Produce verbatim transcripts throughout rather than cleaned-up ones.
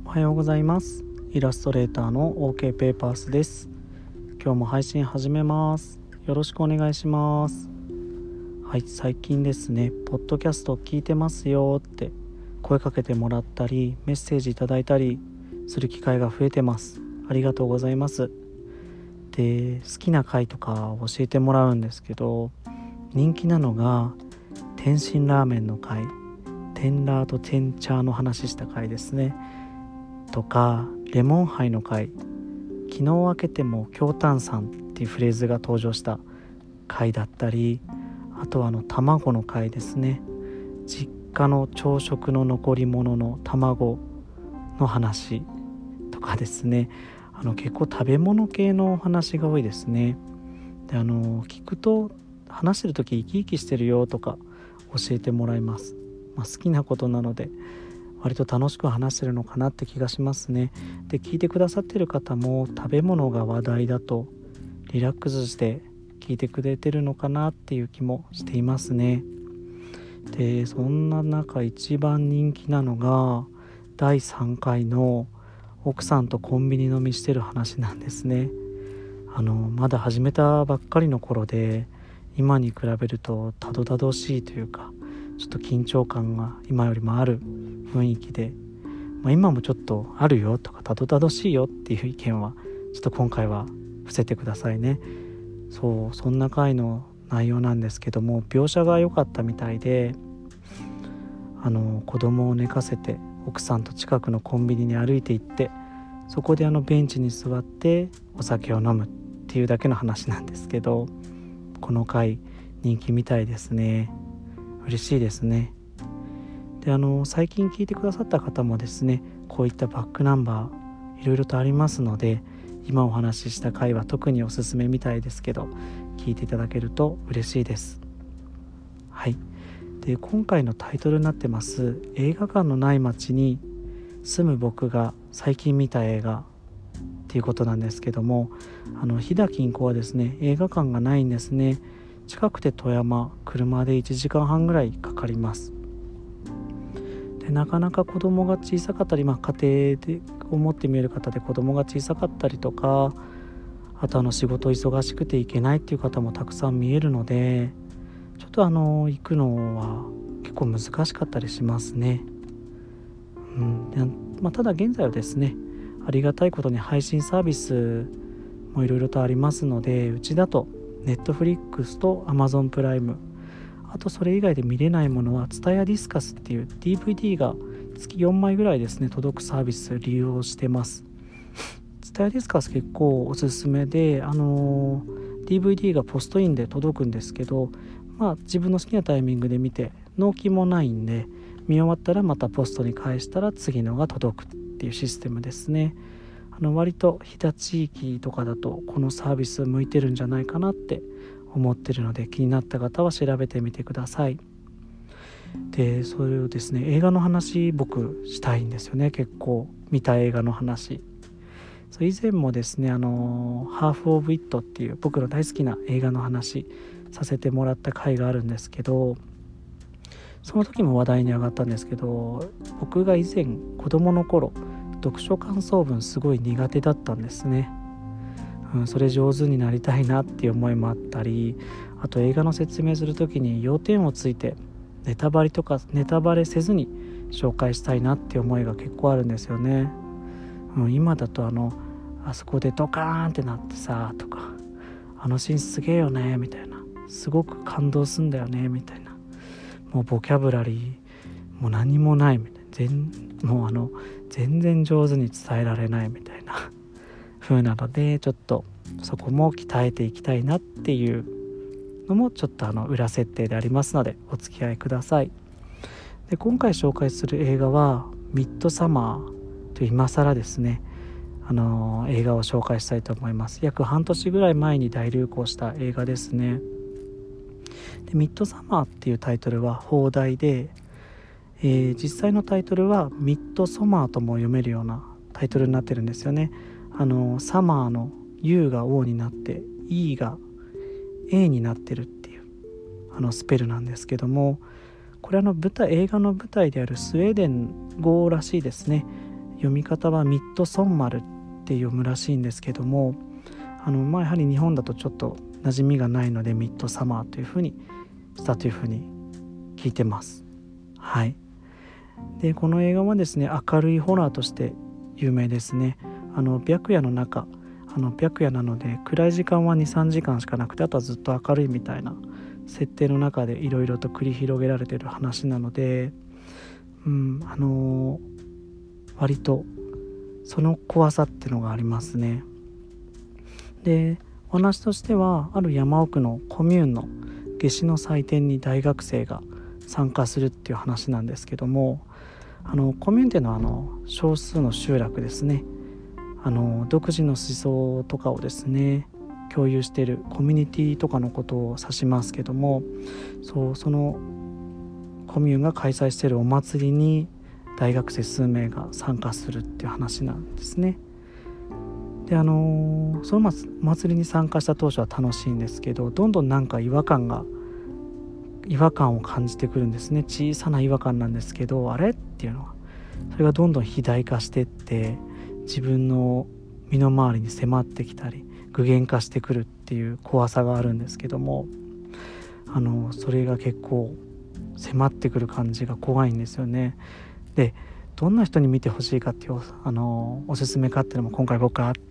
おはようございます。イラストレーターの OK ペーパースです。今日も配信始めます。よろしくお願いします。はい、最近ですね、ポッドキャスト聞いてますよって声かけてもらったり、メッセージいただいたりする機会が増えてます。ありがとうございます。で、好きな回とか教えてもらうんですけど、人気なのが天津ラーメンの回、天ラーと天チャーの話した回ですね。とかレモンハイの回、昨日開けても強炭酸っていうフレーズが登場した回だったり、あとはあの卵の回ですね。実家の朝食の残り物の卵の話とかですね。あの結構食べ物系のお話が多いですね。で、あの聞くと話してる時生き生きしてるよとか教えてもらいます。まあ、好きなことなので割と楽しく話してるのかなって気がしますね。で、聞いてくださってる方も食べ物が話題だとリラックスして聞いてくれてるのかなっていう気もしていますね。で、そんな中一番人気なのがだいさんかいの奥さんとコンビニ飲みしてる話なんですね。あのまだ始めたばっかりの頃で、今に比べるとたどたどしいというか、ちょっと緊張感が今よりもある雰囲気で、まあ、今もちょっとあるよとかたどたどしいよっていう意見はちょっと今回は伏せてくださいね。そう、そんな回の内容なんですけども、描写が良かったみたいで、あの子供を寝かせて奥さんと近くのコンビニに歩いて行って、そこであのベンチに座ってお酒を飲むっていうだけの話なんですけど、この回人気みたいですね。嬉しいですね。で、あの最近聞いてくださった方もですね、こういったバックナンバーいろいろとありますので、今お話しした回は特におすすめみたいですけど、聞いていただけると嬉しいです。はい。で、今回のタイトルになってます映画館のない街に住む僕が最近見た映画っていうことなんですけども、あの飛騨近郊はですね、映画館がないんですね。近くて富山、車でいちじかんはんぐらいかかります。で、なかなか子供が小さかったり、まあ、家庭で思って見える方で子供が小さかったりとか、あとあの仕事忙しくて行けないっていう方もたくさん見えるので、ちょっとあの行くのは結構難しかったりしますね。うんでまあ、ただ現在はですね、ありがたいことに配信サービスもいろいろとありますので、うちだと Netflix と Amazon プライム、あとそれ以外で見れないものは ツタヤディスカスっていう ディーブイディー が月よんまいぐらいですね届くサービス利用してます。 ツタヤディスカス結構おすすめで、あのー、ディーブイディー がポストインで届くんですけど、まあ自分の好きなタイミングで見て納期もないんで、見終わったらまたポストに返したら次のが届くっていうシステムですね。あの割と飛騨地域とかだとこのサービス向いてるんじゃないかなって思ってるので、気になった方は調べてみてください。で、それをですね、映画の話僕したいんですよね。結構見た映画の話。そう、以前もですね、あのハーフ・オブ・イットっていう僕の大好きな映画の話させてもらった回があるんですけど、その時も話題に上がったんですけど、僕が以前子供の頃読書感想文すごい苦手だったんですね。うん、それ上手になりたいなっていう思いもあったり、あと映画の説明するときに要点をついてネタバレとかネタバレせずに紹介したいなっていう思いが結構あるんですよね。うん、今だとあのあそこでドカーンってなってさとか、あのシーンすげえよねみたいな、すごく感動すんだよねみたいな、もうボキャブラリーも何もないみたいな、全もうあの全然上手に伝えられないみたいな風なので、ちょっとそこも鍛えていきたいなっていうのもちょっとあの裏設定でありますのでお付き合いください。で、今回紹介する映画はミッドサマーという今更ですね、あのー、映画を紹介したいと思います。約半年ぐらい前に大流行した映画ですね。で、ミッドサマーっていうタイトルは邦題で、えー、実際のタイトルはミッドソマーとも読めるようなタイトルになってるんですよね。あのサマーの U が O になって E が A になってるっていうあのスペルなんですけども、これあの舞台映画の舞台であるスウェーデン語らしいですね。 読み方はミッドソンマルって読むらしいんですけども、あの、まあ、やはり日本だとちょっと馴染みがないのでミッドサマーというふうにしたというふうに聞いてます。はい。でこの映画はですね、明るいホラーとして有名ですね。あの白夜の中、あの白夜なので暗い時間は にさんじかんしかなくて、あとはずっと明るいみたいな設定の中でいろいろと繰り広げられている話なので、うんあのー、割とその怖さっていうのがありますね。でお話としては、ある山奥のコミューンの夏至の祭典に大学生が参加するっていう話なんですけども、あのコミューンっていうのはあの少数の集落ですね。あの独自の思想とかをですね共有しているコミュニティとかのことを指しますけども、そうそのコミューンが開催しているお祭りに大学生数名が参加するっていう話なんですね。であのその祭りに参加した当初は楽しいんですけど、どんどんなんか違和感が違和感を感じてくるんですね。小さな違和感なんですけど、あれっていうのはそれがどんどん肥大化していって、自分の身の回りに迫ってきたり具現化してくるっていう怖さがあるんですけども、あのそれが結構迫ってくる感じが怖いんですよね。でどんな人に見てほしいかっていうあのおすすめかっていうのも今回僕はあって、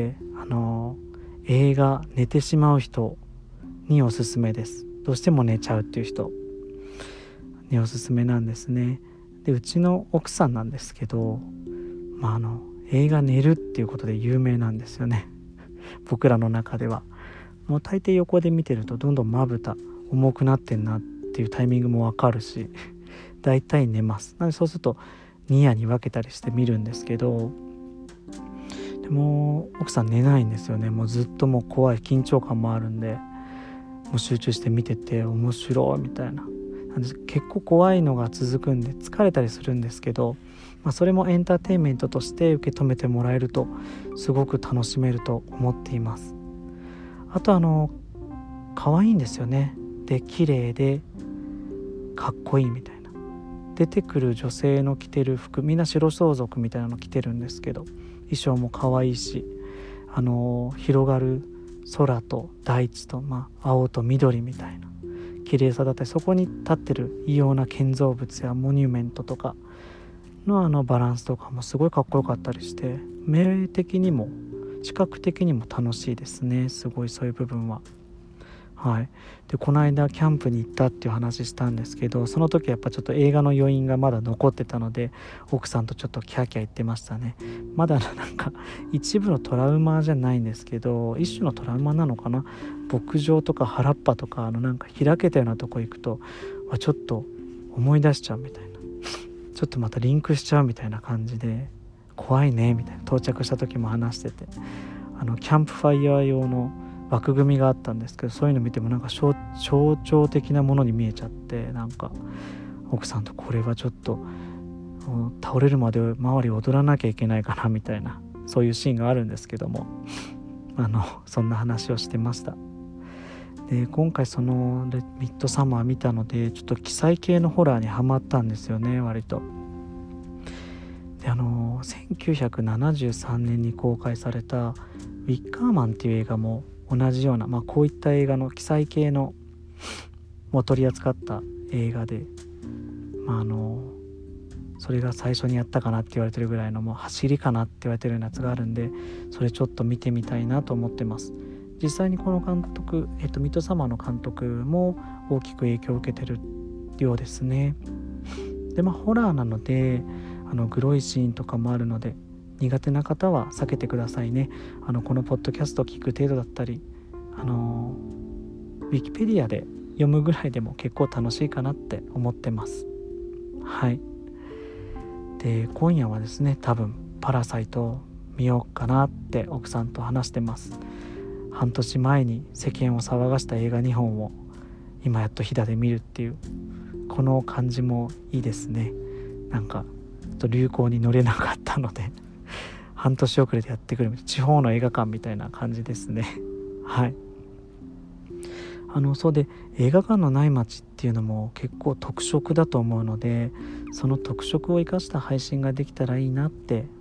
あの映画寝てしまう人におすすめです。どうしても寝ちゃうっていう人におすすめなんですね。でうちの奥さんなんですけど、まあ、あの映画寝るっていうことで有名なんですよね。僕らの中ではもう大抵横で見てるとどんどんまぶた重くなってんなっていうタイミングもわかるし、だいたい寝ます。なのでそうするとに夜に分けたりして見るんですけど、でも奥さん寝ないんですよね。もうずっともう怖い緊張感もあるんで、もう集中して見てて面白いみたいな。なんで結構怖いのが続くんで疲れたりするんですけど、まあ、それもエンターテインメントとして受け止めてもらえるとすごく楽しめると思っています。あとあの可愛いんですよね。で綺麗でかっこいいみたいな。出てくる女性の着てる服、みんな白装束みたいなの着てるんですけど、衣装も可愛いし、あの広がる空と大地と、まあ、青と緑みたいな綺麗さだったり、そこに立ってる異様な建造物やモニュメントとかのあのバランスとかもすごいかっこよかったりして、目的にも視覚的にも楽しいですね。すごいそういう部分は。はい、でこの間キャンプに行ったっていう話したんですけど、その時やっぱちょっと映画の余韻がまだ残ってたので奥さんとちょっとキャーキャー言ってましたね。まだなんか一部のトラウマじゃないんですけど、一種のトラウマなのかな。牧場とか原っぱとかあのなんか開けたようなとこ行くとちょっと思い出しちゃうみたいな、ちょっとまたリンクしちゃうみたいな感じで怖いねみたいな、到着した時も話してて、あのキャンプファイヤー用の枠組みがあったんですけど、そういうの見てもなんか象徴的なものに見えちゃって、なんか奥さんとこれはちょっと倒れるまで周り踊らなきゃいけないかなみたいな、そういうシーンがあるんですけども、あのそんな話をしてました。で今回そのミッドサマー見たのでちょっと奇祭系のホラーにハマったんですよね、割と。であのせんきゅうひゃくななじゅうさんねんに公開されたウィッカーマンっていう映画も同じような、まあ、こういった映画の奇祭系のを取り扱った映画で、まあ、あのそれが最初にやったかなって言われてるぐらいのもう走りかなって言われてるようなやつがあるんで、それちょっと見てみたいなと思ってます。実際にこの監督、えっと、ミッドサマーの監督も大きく影響を受けてるようですね。でまあホラーなのであのグロいシーンとかもあるので苦手な方は避けてくださいね。あのこのポッドキャストを聞く程度だったり、あのウィキペディアで読むぐらいでも結構楽しいかなって思ってます。はい。で今夜はですね、多分パラサイトを見ようかなって奥さんと話してます。半年前に世間を騒がした映画にほんを今やっと飛騨で見るっていうこの感じもいいですね。なんかちょっと流行に乗れなかったので半年遅れでやってくる地方の映画館みたいな感じですね。はい。あのそうで映画館のない街っていうのも結構特色だと思うので、その特色を生かした配信ができたらいいなって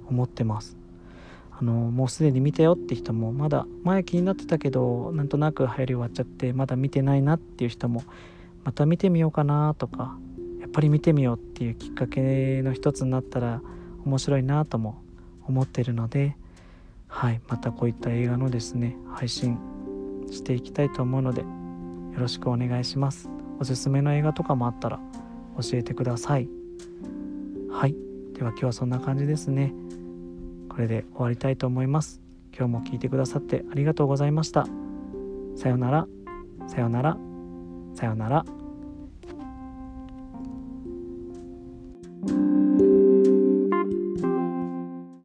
思ってます。あのもうすでに見たよって人も、まだ前気になってたけどなんとなく流行り終わっちゃってまだ見てないなっていう人も、また見てみようかなとか、やっぱり見てみようっていうきっかけの一つになったら面白いなとも思っているので、はい、またこういった映画のですね配信していきたいと思うので、よろしくお願いします。おすすめの映画とかもあったら教えてください。はい、では今日はそんな感じですね。これで終わりたいと思います。今日も聞いてくださってありがとうございました。さよなら、さよなら、さよなら。